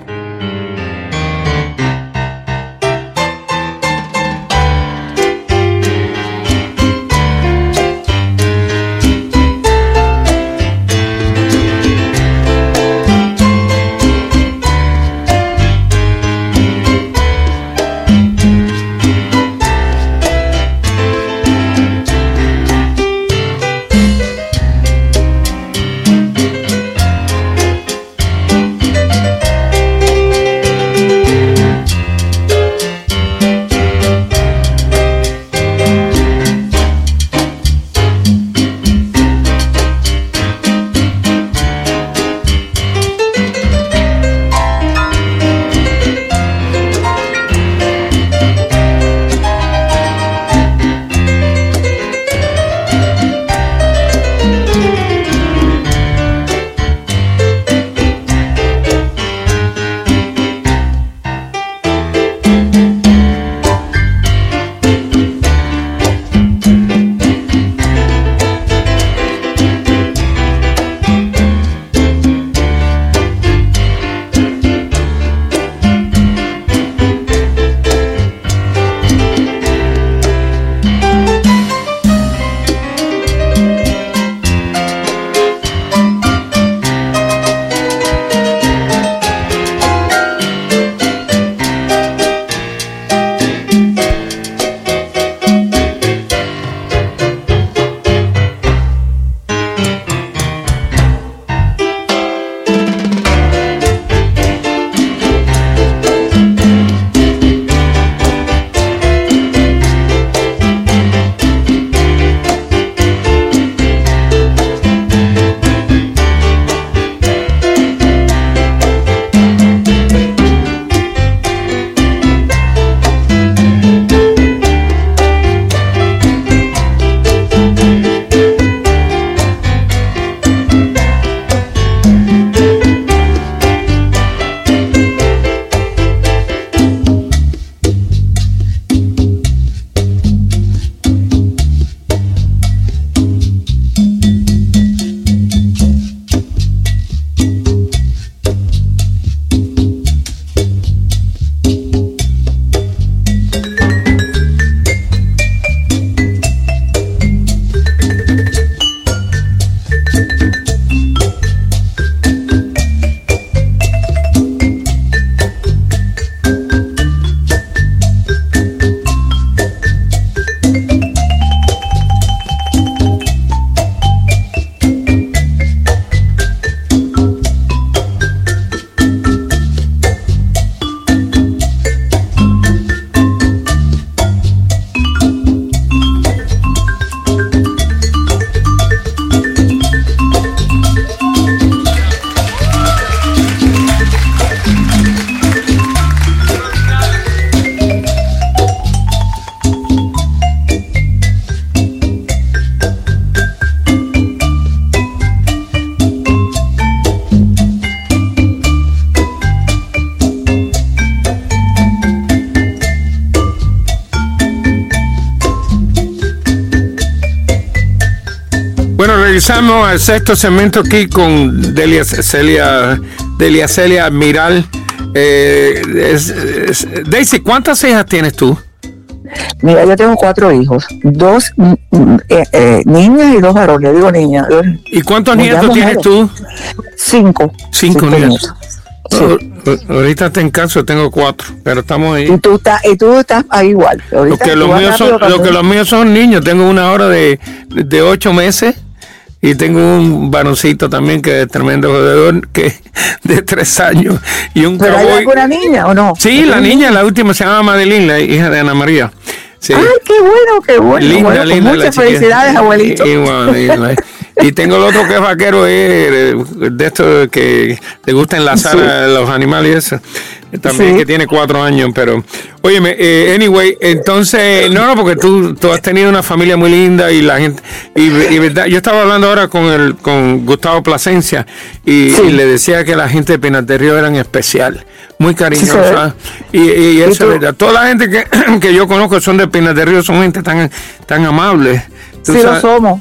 Speaker 4: regresamos al sexto segmento aquí con Delia Celia, Delia Celia Admiral. Eh, es, es, Daisy, ¿cuántas hijas tienes tú?
Speaker 5: Mira, yo tengo cuatro hijos, dos eh, eh, niñas y dos varones. Digo niñas.
Speaker 4: ¿Y cuántos nietos tienes tú?
Speaker 5: Cinco.
Speaker 4: Cinco,
Speaker 5: Cinco
Speaker 4: nietos.
Speaker 5: nietos. Sí.
Speaker 4: Oh, ahorita te en caso, tengo cuatro, pero estamos ahí.
Speaker 5: Y tú estás, y tú estás ahí igual.
Speaker 4: Lo que los, míos son, lo que los míos son niños. Tengo una hora de, de ocho meses y tengo un varoncito también que es tremendo jodedor, que de tres años. Y un
Speaker 5: ¿Pero
Speaker 4: cowboy.
Speaker 5: hay alguna niña o no?
Speaker 4: Sí, la niña, la última se llama Madeline, la hija de Ana María. Sí.
Speaker 5: Ay, qué bueno, qué bueno.
Speaker 4: Linda,
Speaker 5: bueno,
Speaker 4: linda.
Speaker 5: Pues muchas felicidades, abuelito.
Speaker 4: Y, y, bueno, y, y tengo el otro que es vaquero, es de estos que le gusta enlazar sí. a los animales y eso. También sí. Que tiene cuatro años, pero... Óyeme, eh, anyway, entonces... No, no, porque tú, tú has tenido una familia muy linda y la gente... Y, y verdad, yo estaba hablando ahora con el con Gustavo Plasencia y, sí. y le decía que la gente de Pinas del Río eran especial, muy cariñosa. Sí, y, y eso es verdad. Toda la gente que, que yo conozco son de Pinas del Río, son gente tan, tan amable.
Speaker 5: Sí, sabes? Lo somos.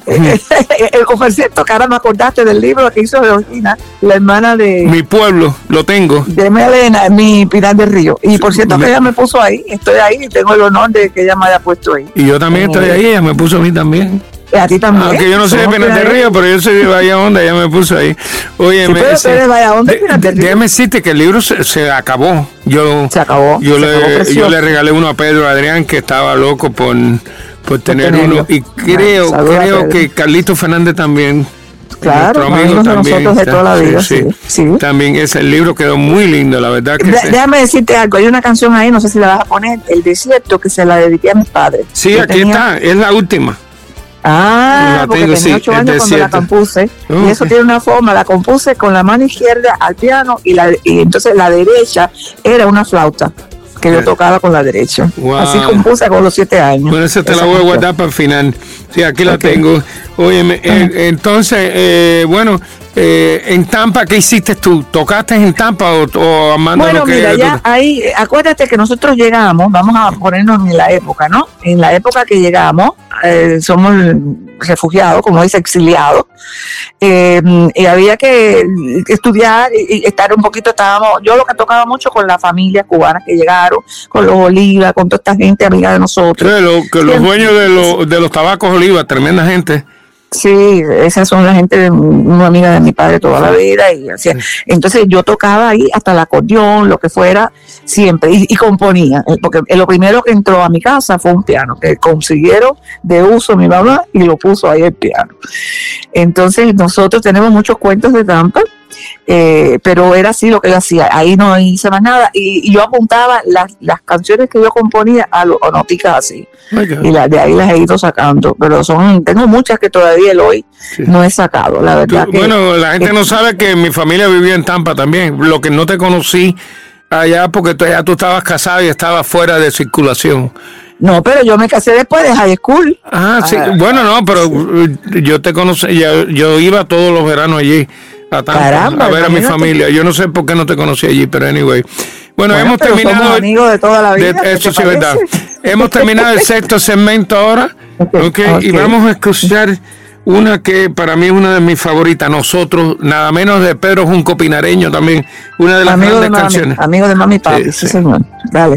Speaker 5: Por cierto, cara, me acordaste del libro que hizo Georgina, la hermana de...
Speaker 4: Mi pueblo, lo tengo.
Speaker 5: De Melena, mi Pinar del Río. Y por cierto me... que ella me puso ahí, estoy ahí y tengo el honor de que ella me haya puesto ahí.
Speaker 4: Y yo también estoy ahí, ella me puso a mí también.
Speaker 5: A ti también.
Speaker 4: Aunque yo no soy de Pinar del Río, pero yo soy de Bahía Honda, ella me puso ahí. Oye,
Speaker 5: sí, pero
Speaker 4: me,
Speaker 5: de Bahía Honda, Pinar del Río.
Speaker 4: Déjame decirte que el libro se, se acabó. Yo,
Speaker 5: se acabó.
Speaker 4: Yo,
Speaker 5: se
Speaker 4: le,
Speaker 5: acabó
Speaker 4: yo le regalé uno a Pedro Adrián, que estaba loco por, por tener
Speaker 5: tenerlo.
Speaker 4: uno. Y creo,
Speaker 5: bueno,
Speaker 4: creo que Carlito Fernández también.
Speaker 5: Claro,
Speaker 4: amigo también,
Speaker 5: nosotros de toda la vida,
Speaker 4: sí,
Speaker 5: sí, sí.
Speaker 4: También ese libro quedó muy lindo, la verdad que
Speaker 5: de,
Speaker 4: sí.
Speaker 5: Déjame decirte algo, hay una canción ahí, no sé si la vas a poner, El Desierto, que se la dediqué a mis padres.
Speaker 4: Sí,
Speaker 5: Yo
Speaker 4: aquí
Speaker 5: tenía...
Speaker 4: está, es la última.
Speaker 5: Ah,
Speaker 4: la
Speaker 5: porque
Speaker 4: tengo,
Speaker 5: tenía
Speaker 4: sí,
Speaker 5: ocho años cuando la compuse.
Speaker 4: Oh,
Speaker 5: y eso
Speaker 4: okay.
Speaker 5: tiene una forma, la compuse con la mano izquierda al piano y, la, y entonces la derecha era una flauta que yo tocaba con la derecha. Wow. Así compuse con los siete años.
Speaker 4: Bueno, esa te esa la voy a guardar para el final. Sí, aquí la okay. tengo. Óyeme, eh, entonces, eh, bueno, eh, en Tampa, ¿qué hiciste tú? ¿Tocaste en Tampa o, o Amanda?
Speaker 5: Bueno,
Speaker 4: lo que
Speaker 5: mira, ya
Speaker 4: tú?
Speaker 5: ahí, acuérdate que nosotros llegamos, vamos a ponernos en la época, ¿no? En la época que llegamos, eh, somos refugiados, como dice, exiliados, eh, y había que estudiar y, y estar un poquito, estábamos, yo lo que tocaba mucho con las familias cubanas que llegaron, con los Olivas, con toda esta gente amiga de nosotros.
Speaker 4: Sí, lo, que los dueños de, lo, de los tabacos Olivas, tremenda gente.
Speaker 5: Sí, esas son la gente, de, una amiga de mi padre toda la vida. Y así. Entonces yo tocaba ahí hasta el acordeón, lo que fuera, siempre, y, y componía. Porque lo primero que entró a mi casa fue un piano, que consiguieron de uso mi mamá y lo puso ahí el piano. Entonces nosotros tenemos muchos cuentos de Tampa. Eh, pero era así lo que yo hacía, ahí no hice más nada y, y yo apuntaba las, las canciones que yo componía a, lo, a noticas así okay. y la, de ahí las he ido sacando, pero son tengo muchas que todavía el hoy sí. no he sacado, la verdad.
Speaker 4: Tú,
Speaker 5: que,
Speaker 4: bueno, la gente
Speaker 5: que,
Speaker 4: no sabe que mi familia vivía en Tampa también, lo que no te conocí allá porque tú, ya tú estabas casado y estabas fuera de circulación.
Speaker 5: No, pero yo me casé después de high school.
Speaker 4: Ah, sí, ah, bueno, no, pero sí. yo te conocí, yo, yo iba todos los veranos allí. A, Tampa, Caramba, a ver a mi familia. Yo no sé por qué no te conocí allí, pero anyway. Bueno, bueno hemos terminado.
Speaker 5: Somos amigos de toda la vida.
Speaker 4: De, eso sí es verdad. Hemos terminado el sexto segmento ahora. Okay, okay, okay. Y vamos a escuchar una que para mí es una de mis favoritas. Nosotros, nada menos de Pedro Junco Pinareño también. Una de las
Speaker 5: amigo
Speaker 4: grandes
Speaker 5: de mami,
Speaker 4: canciones.
Speaker 5: Amigo de mami y papi, sí, sí. sí señor. Dale.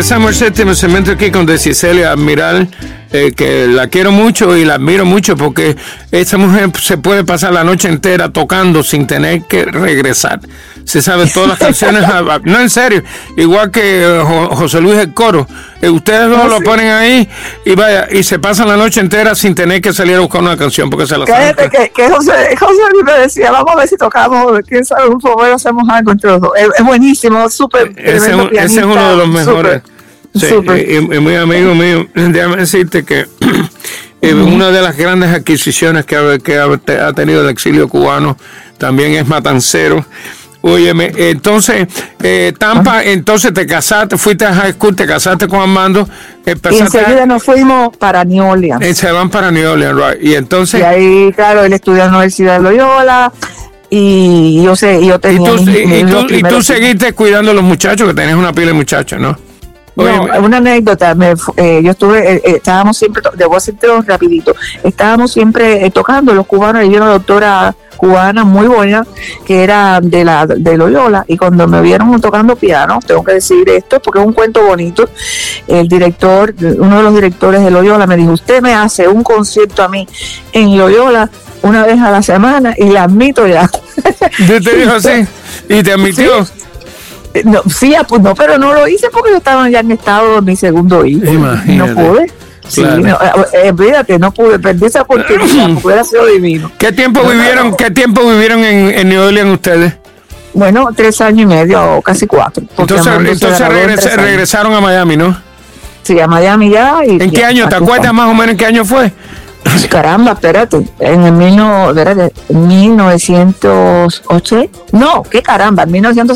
Speaker 4: regresamos al séptimo segmento aquí con Decicelia Admiral, eh, que la quiero mucho y la admiro mucho porque esta mujer se puede pasar la noche entera tocando sin tener que regresar. Se sabe todas las canciones, no, en serio, igual que eh, José Luis el Coro. Eh, ustedes dos oh, lo sí. ponen ahí y vaya, y se pasan la noche entera sin tener que salir a buscar una canción porque se la saben.
Speaker 5: Que, que José, José Luis me decía, vamos a ver si tocamos, quién sabe, un favor, hacemos algo entre los dos. Es, es buenísimo, súper.
Speaker 4: Ese, ese es uno de los mejores. Sí, y, y muy amigo mío, déjame decirte que eh, uh-huh. una de las grandes adquisiciones que ha, que ha, ha tenido el exilio cubano también es matancero. Óyeme, entonces, eh, Tampa, uh-huh. entonces te casaste, fuiste a high school, te casaste con Armando.
Speaker 5: Y enseguida a... nos fuimos para New Orleans.
Speaker 4: Eh, se van para New Orleans, right. Y entonces...
Speaker 5: Y ahí, claro, él estudió en la Universidad de Loyola. Y yo sé, yo tenía...
Speaker 4: Y tú,
Speaker 5: mis,
Speaker 4: y,
Speaker 5: mis
Speaker 4: y tú, y tú seguiste cuidando a los muchachos, que tenías una pila de muchachos, ¿no?
Speaker 5: No, Oye, una anécdota, me, eh, yo estuve, eh, estábamos siempre, debo hacerte rapidito, estábamos siempre eh, tocando los cubanos, y yo una doctora cubana muy buena, que era de la de Loyola, y cuando me vieron tocando piano, tengo que decir esto, porque es un cuento bonito, el director, uno de los directores de Loyola me dijo, usted me hace un concierto a mí en Loyola una vez a la semana, y la admito ya.
Speaker 4: ¿Yo te dijo así? ¿Y te admitió?
Speaker 5: Sí. No, sí, pues no, pero no lo hice porque yo estaba ya en estado de mi segundo hijo.
Speaker 4: Imagínate.
Speaker 5: No pude. Sí,
Speaker 4: claro.
Speaker 5: no, eh, fíjate, no pude, perdí esa oportunidad, porque hubiera sido divino.
Speaker 4: ¿Qué tiempo no, vivieron, no. ¿qué tiempo vivieron en, en New Orleans ustedes?
Speaker 5: Bueno, tres años y medio o casi cuatro.
Speaker 4: Entonces, entonces regresa, regresaron a Miami, ¿no?
Speaker 5: Sí, a Miami ya. Y,
Speaker 4: ¿En qué año? ¿Te acuerdas está. más o menos en qué año fue?
Speaker 5: Caramba, espérate, en el mil, no, espérate, mil novecientos ochenta, no, qué caramba, mil novecientos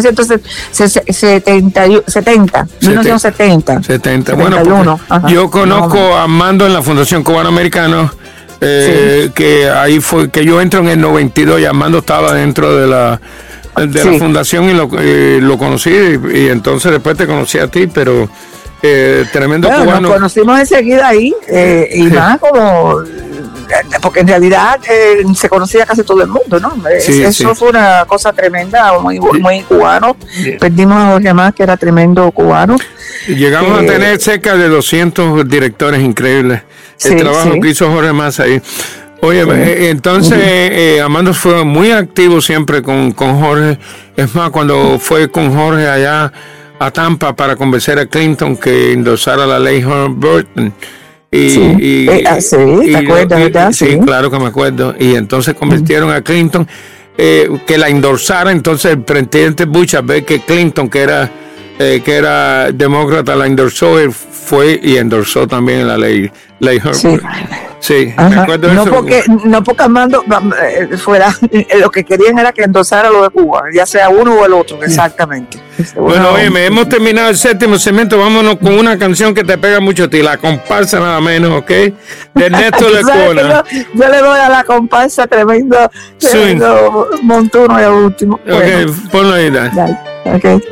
Speaker 5: setenta, mil novecientos setenta.
Speaker 4: setenta, bueno, yo conozco no. a Armando en la Fundación Cubano-Americano, eh, sí. que ahí fue, que yo entro en el noventa y dos y Armando estaba dentro de la de sí. la fundación y lo, eh, lo conocí y, y entonces después te conocí a ti, pero... Eh, tremendo
Speaker 5: bueno,
Speaker 4: cubano.
Speaker 5: Nos conocimos enseguida ahí eh, y sí. más como porque en realidad eh, se conocía casi todo el mundo, ¿no? Sí, eso sí. fue una cosa tremenda, muy, muy cubano. Sí. Perdimos a Jorge Más, que era tremendo cubano.
Speaker 4: Llegamos eh, a tener cerca de doscientos directores increíbles. El sí, trabajo sí. que hizo Jorge Más ahí. Oye, sí. eh, entonces uh-huh. eh, Armando fue muy activo siempre con, con Jorge. Es más, cuando fue con Jorge allá a Tampa para convencer a Clinton que endosara la ley Burton. Y,
Speaker 5: sí,
Speaker 4: y,
Speaker 5: eh, ah, sí y, ¿te acuerdas, y, verdad?
Speaker 4: Sí, sí, claro que me acuerdo. Y entonces convirtieron mm. a Clinton, eh, que la endosara. Entonces el presidente Bush, a ver que Clinton, que era eh, que era demócrata, la endorsó, él fue y endorsó también la ley, ley Herbert. Sí. Sí,
Speaker 5: me acuerdo de no eso. Porque, no porque Armando fuera, lo que querían era que endosara lo de Cuba, ya sea uno o el otro, exactamente.
Speaker 4: Bueno, oye, me hemos terminado el séptimo segmento, vámonos con una canción que te pega mucho a ti, La Comparsa nada menos, ¿ok? De Néstor Lecona.
Speaker 5: Yo, yo le doy a La Comparsa tremendo, tremendo montuno y a último.
Speaker 4: Ok, bueno. Ponlo ahí, dale.
Speaker 5: Dale. Ok.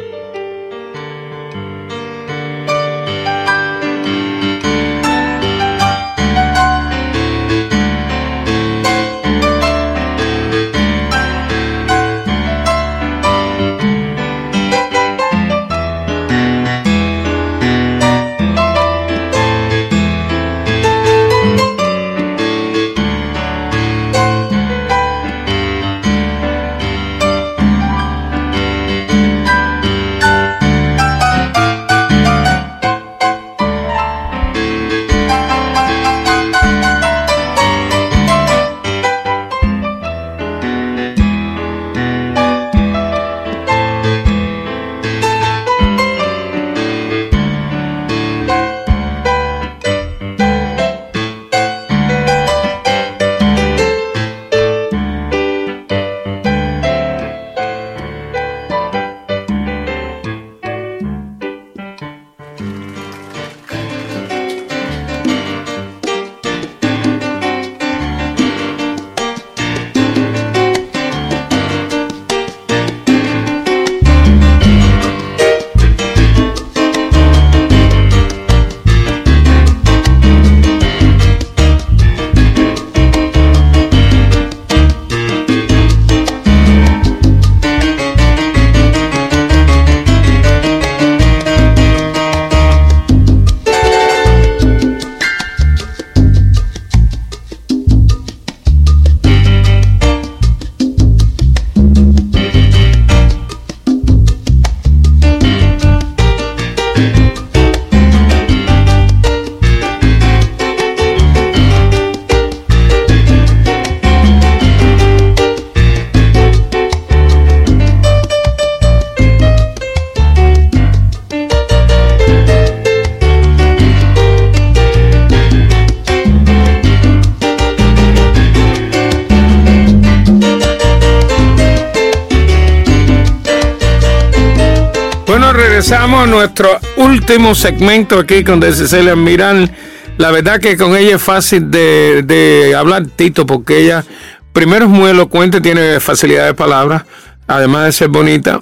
Speaker 4: Bueno, regresamos a nuestro último segmento aquí con Cecilia Miral. La verdad que con ella es fácil de, de hablar, Tito, porque ella primero es muy elocuente, tiene facilidad de palabras, además de ser bonita.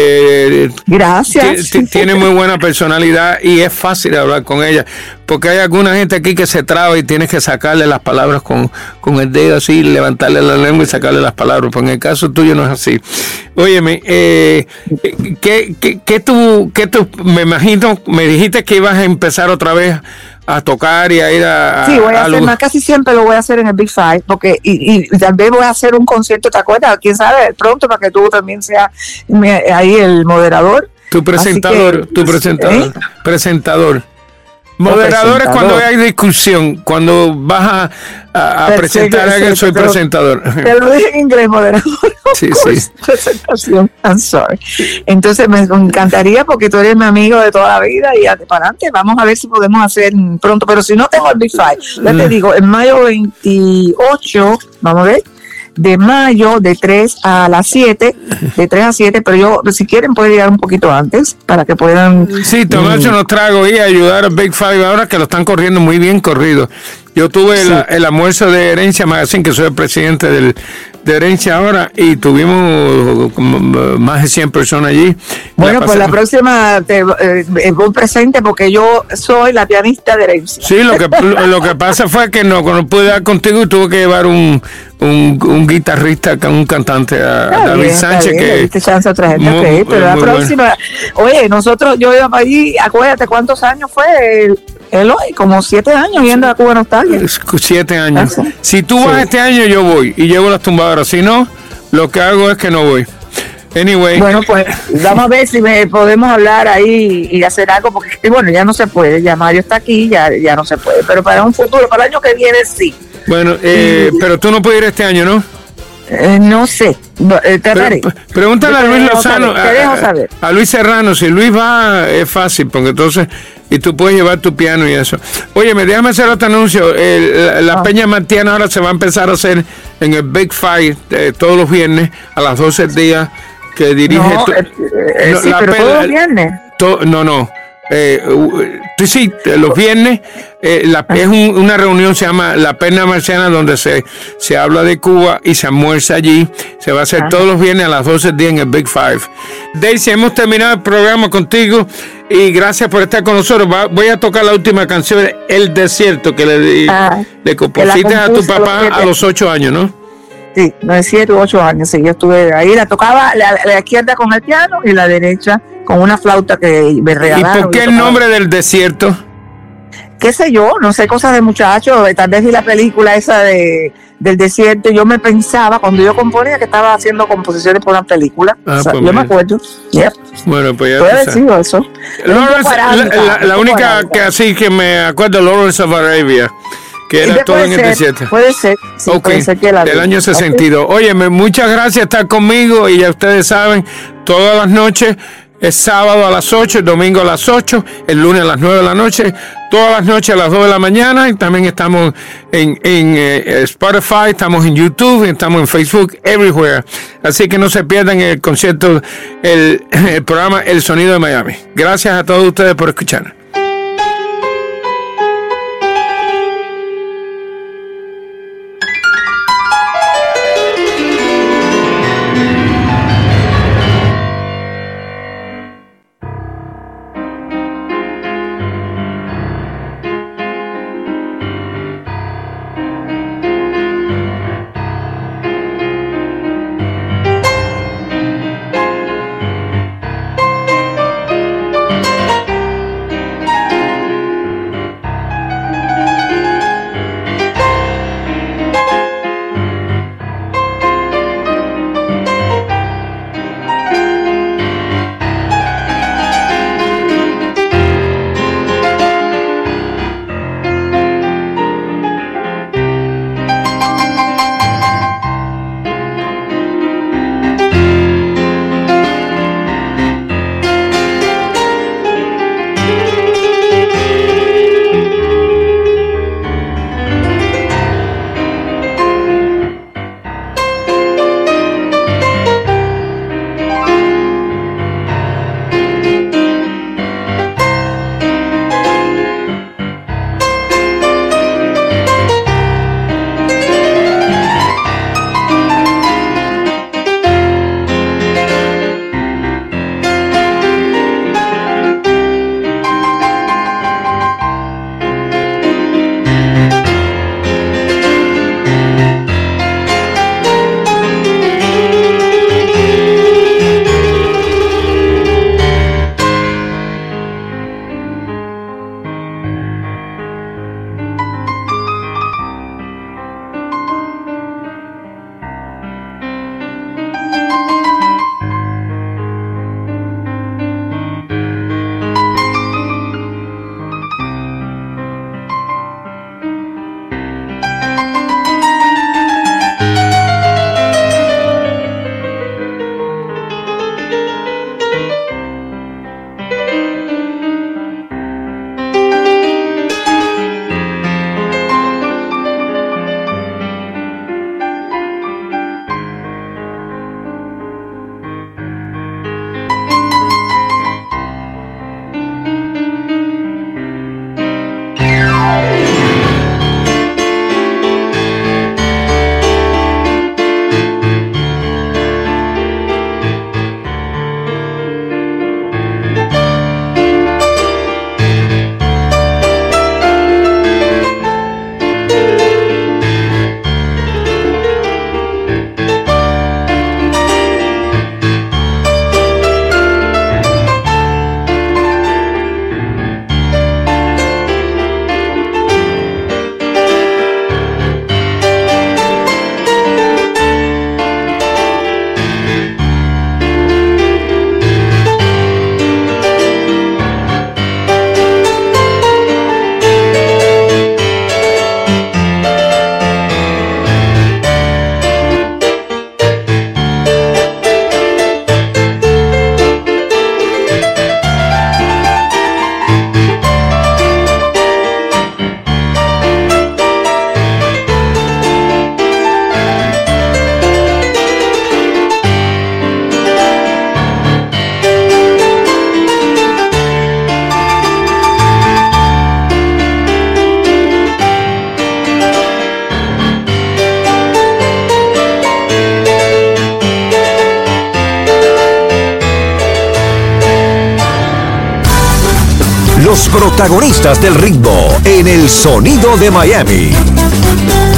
Speaker 4: Eh,
Speaker 5: Gracias.
Speaker 4: T- tiene muy buena personalidad y es fácil de hablar con ella, porque hay alguna gente aquí que se traba y tienes que sacarle las palabras con, con el dedo así, levantarle la lengua y sacarle las palabras, pues en el caso tuyo no es así. Óyeme, eh, ¿qué, qué, qué tú, qué tú, me imagino, me dijiste que ibas a empezar otra vez a tocar y a ir a...
Speaker 5: Sí, voy a, a hacer
Speaker 4: lo...
Speaker 5: más, casi siempre lo voy a hacer en el Big Five, porque y, y tal vez voy a hacer un concierto, ¿te acuerdas? Quién sabe, pronto, para que tú también seas me, ahí el moderador.
Speaker 4: Tu presentador, que, tu presentador, ¿eh? presentador. Moderador es cuando hay discusión, cuando vas a, a, a presentar a alguien, soy pero, presentador.
Speaker 5: Te lo dije en inglés, moderador.
Speaker 4: Sí, sí.
Speaker 5: Presentación, I'm sorry. Entonces me encantaría, porque tú eres mi amigo de toda la vida y para adelante, vamos a ver si podemos hacer pronto, pero si no tengo el Big Five, ya te digo, en mayo veintiocho, vamos a ver, de mayo de tres a las siete, de tres a siete, pero yo, si quieren, pueden llegar un poquito antes para que puedan...
Speaker 4: Sí, tomarse unos tragos y ayudar al Big Five ahora que lo están corriendo muy bien corrido. Yo tuve sí. el, el almuerzo de Herencia Magazine, que soy el presidente del, de Herencia ahora, y tuvimos como más de cien personas allí.
Speaker 5: Bueno, la pues la próxima te eh, voy presente porque yo soy la pianista de Herencia.
Speaker 4: Sí, lo que lo que pasa fue que no, no pude dar contigo y tuve que llevar un, un, un guitarrista, un cantante, a
Speaker 5: está
Speaker 4: David
Speaker 5: bien,
Speaker 4: Sánchez.
Speaker 5: Bien,
Speaker 4: que
Speaker 5: diste chance a otra gente, muy, okay, pero la próxima, bueno. Oye, nosotros, yo iba para allí, acuérdate cuántos años fue el, el hoy, como siete años yendo a Cuba Nostalgia.
Speaker 4: Siete años. Si tú vas sí. este año, yo voy y llevo las tumbadoras. Si no, lo que hago es que no voy. Anyway.
Speaker 5: Bueno, pues vamos a ver si me podemos hablar ahí y hacer algo, porque bueno, ya no se puede. Ya Mario está aquí, ya, ya no se puede. Pero para un futuro, para el año que viene, sí.
Speaker 4: Bueno, eh, y, pero tú no puedes ir este año, ¿no?
Speaker 5: Eh, no sé, eh, trataré.
Speaker 4: Pero, pregúntale a Luis Lozano,
Speaker 5: saber, te dejo saber.
Speaker 4: A, a Luis Serrano, si Luis va, es fácil, porque entonces, y tú puedes llevar tu piano y eso. Oye, me déjame hacer otro anuncio, el, la, la ah. Peña Martiana ahora se va a empezar a hacer en el Big Five eh, todos los viernes a las doce del día, que dirige...
Speaker 5: No,
Speaker 4: tu,
Speaker 5: eh, eh, no, sí, la pero pe- todos los viernes.
Speaker 4: To, no, no. Eh, uh, sí, los viernes eh, la, es un, una reunión, se llama La Peña Marciana, donde se, se habla de Cuba y se almuerza allí. Se va a hacer Ajá. todos los viernes a las doce del día en el Big Five. Daisy, hemos terminado el programa contigo y gracias por estar con nosotros. Va, voy a tocar la última canción, El Desierto, que le, ah, le compusiste a tu papá a los ocho años, ¿no?
Speaker 5: Sí, no es siete u ocho años, sí, yo estuve ahí, la tocaba la, la izquierda con el piano y la derecha con una flauta que me regalaron.
Speaker 4: ¿Y por qué el nombre del desierto?
Speaker 5: Qué sé yo, no sé, cosas de muchachos, tal vez vi la película esa de del desierto y yo me pensaba, cuando yo componía, que estaba haciendo composiciones por una película. Ah, o sea, pues yo mira. me acuerdo. Yep.
Speaker 4: Bueno, pues ya
Speaker 5: puede haber sido eso.
Speaker 4: Lawrence, la, la, la única que así que me acuerdo, Lawrence of Arabia. Que era todo en el desierto.
Speaker 5: Puede ser, sí,
Speaker 4: okay.
Speaker 5: puede ser que la
Speaker 4: del año sesenta y dos. Okay. Óyeme, muchas gracias por estar conmigo y ya ustedes saben, todas las noches, es sábado a las ocho, el domingo a las ocho, el lunes a las nueve de la noche, todas las noches a las dos de la mañana, y también estamos en, en eh, Spotify, estamos en YouTube, estamos en Facebook, everywhere. Así que no se pierdan el concierto, el, el programa El Sonido de Miami. Gracias a todos ustedes por escuchar.
Speaker 2: Los protagonistas del ritmo en el sonido de Miami.